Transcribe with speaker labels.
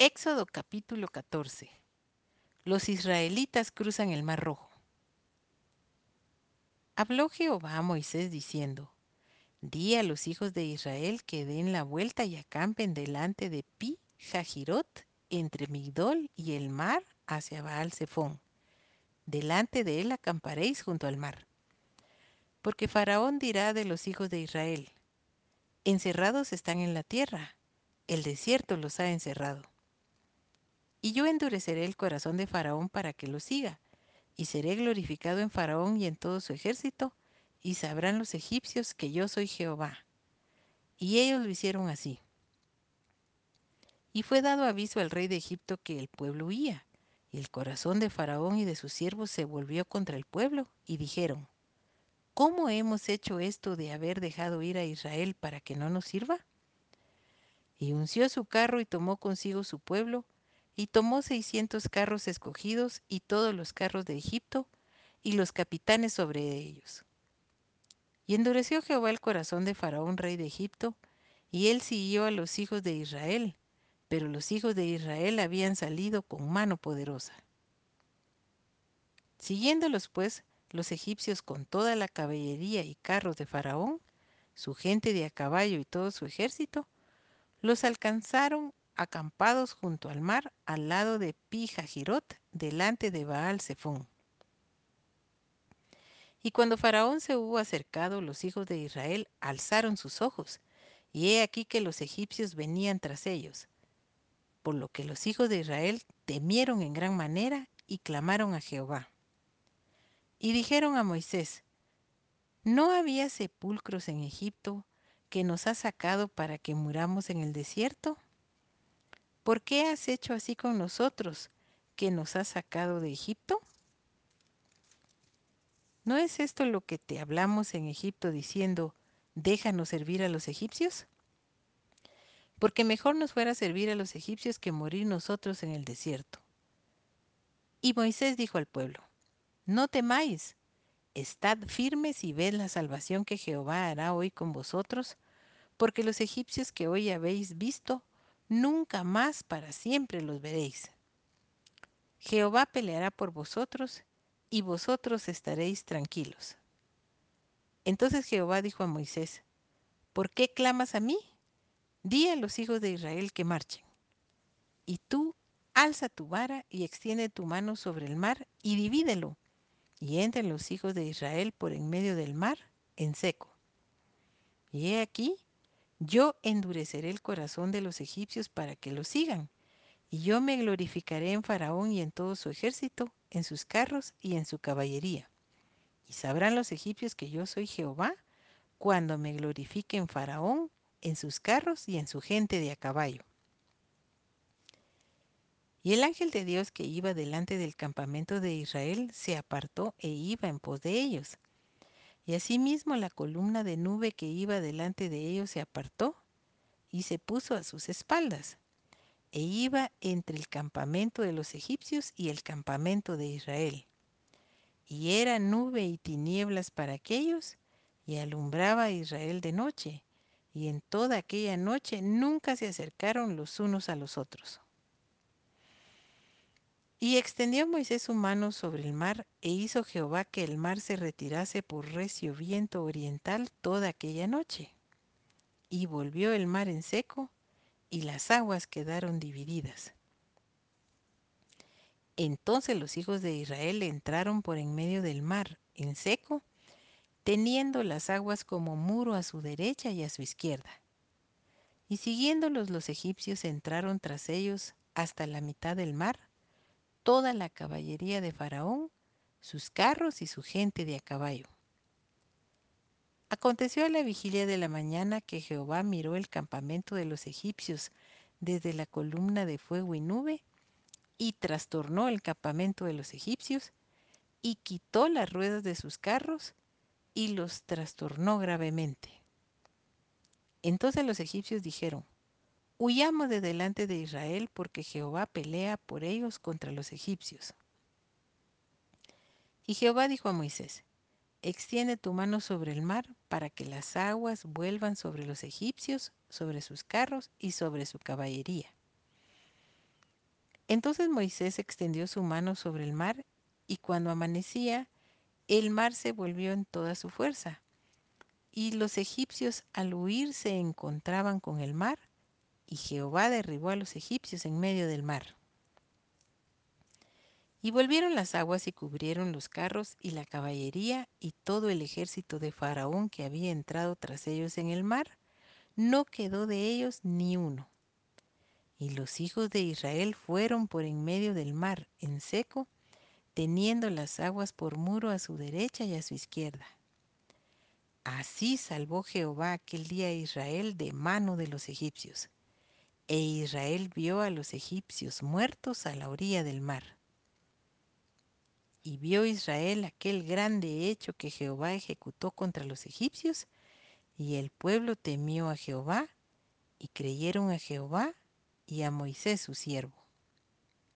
Speaker 1: Éxodo capítulo 14. Los israelitas cruzan el Mar Rojo. Habló Jehová a Moisés diciendo: Di a los hijos de Israel que den la vuelta y acampen delante de Pi Jahirot, entre Migdol y el mar, hacia Baal Zephón. Delante de él acamparéis junto al mar. Porque Faraón dirá de los hijos de Israel: Encerrados están en la tierra, el desierto los ha encerrado. Y yo endureceré el corazón de Faraón para que los siga, y seré glorificado en Faraón y en todo su ejército, y sabrán los egipcios que yo soy Jehová. Y ellos lo hicieron así. Y fue dado aviso al rey de Egipto que el pueblo huía, y el corazón de Faraón y de sus siervos se volvió contra el pueblo, y dijeron: ¿Cómo hemos hecho esto de haber dejado ir a Israel para que no nos sirva? Y unció su carro y tomó consigo su pueblo, y tomó 600 carros escogidos y todos los carros de Egipto, y los capitanes sobre ellos. Y endureció Jehová el corazón de Faraón, rey de Egipto, y él siguió a los hijos de Israel, pero los hijos de Israel habían salido con mano poderosa. Siguiéndolos pues los egipcios con toda la caballería y carros de Faraón, su gente de a caballo y todo su ejército, los alcanzaron acampados junto al mar, al lado de Pi Hahirot, delante de Baal Zephón. Y cuando Faraón se hubo acercado, los hijos de Israel alzaron sus ojos, y he aquí que los egipcios venían tras ellos, por lo que los hijos de Israel temieron en gran manera y clamaron a Jehová. Y dijeron a Moisés: ¿No había sepulcros en Egipto que nos has sacado para que muramos en el desierto? ¿Por qué has hecho así con nosotros, que nos has sacado de Egipto? ¿No es esto lo que te hablamos en Egipto diciendo: déjanos servir a los egipcios? Porque mejor nos fuera servir a los egipcios que morir nosotros en el desierto. Y Moisés dijo al pueblo: No temáis, estad firmes y ved la salvación que Jehová hará hoy con vosotros, porque los egipcios que hoy habéis visto, nunca más para siempre los veréis. Jehová peleará por vosotros, y vosotros estaréis tranquilos. Entonces Jehová dijo a Moisés: ¿Por qué clamas a mí? Di a los hijos de Israel que marchen. Y tú alza tu vara y extiende tu mano sobre el mar y divídelo, y entren los hijos de Israel por en medio del mar en seco. Y he aquí, yo endureceré el corazón de los egipcios para que los sigan, y yo me glorificaré en Faraón y en todo su ejército, en sus carros y en su caballería. Y sabrán los egipcios que yo soy Jehová, cuando me glorifique en Faraón, en sus carros y en su gente de a caballo. Y el ángel de Dios que iba delante del campamento de Israel se apartó e iba en pos de ellos. Y asimismo la columna de nube que iba delante de ellos se apartó y se puso a sus espaldas, e iba entre el campamento de los egipcios y el campamento de Israel. Y era nube y tinieblas para aquellos, y alumbraba a Israel de noche, y en toda aquella noche nunca se acercaron los unos a los otros. Y extendió Moisés su mano sobre el mar, e hizo Jehová que el mar se retirase por recio viento oriental toda aquella noche. Y volvió el mar en seco, y las aguas quedaron divididas. Entonces los hijos de Israel entraron por en medio del mar, en seco, teniendo las aguas como muro a su derecha y a su izquierda. Y siguiéndolos los egipcios entraron tras ellos hasta la mitad del mar, toda la caballería de Faraón, sus carros y su gente de a caballo. Aconteció a la vigilia de la mañana que Jehová miró el campamento de los egipcios desde la columna de fuego y nube, y trastornó el campamento de los egipcios, y quitó las ruedas de sus carros, y los trastornó gravemente. Entonces los egipcios dijeron: Huyamos de delante de Israel, porque Jehová pelea por ellos contra los egipcios. Y Jehová dijo a Moisés: Extiende tu mano sobre el mar, para que las aguas vuelvan sobre los egipcios, sobre sus carros y sobre su caballería. Entonces Moisés extendió su mano sobre el mar, y cuando amanecía, el mar se volvió en toda su fuerza, y los egipcios al huir se encontraban con el mar, y Jehová derribó a los egipcios en medio del mar. Y volvieron las aguas y cubrieron los carros y la caballería y todo el ejército de Faraón que había entrado tras ellos en el mar. No quedó de ellos ni uno. Y los hijos de Israel fueron por en medio del mar en seco, teniendo las aguas por muro a su derecha y a su izquierda. Así salvó Jehová aquel día a Israel de mano de los egipcios. E Israel vio a los egipcios muertos a la orilla del mar. Y vio Israel aquel grande hecho que Jehová ejecutó contra los egipcios, y el pueblo temió a Jehová, y creyeron a Jehová y a Moisés su siervo.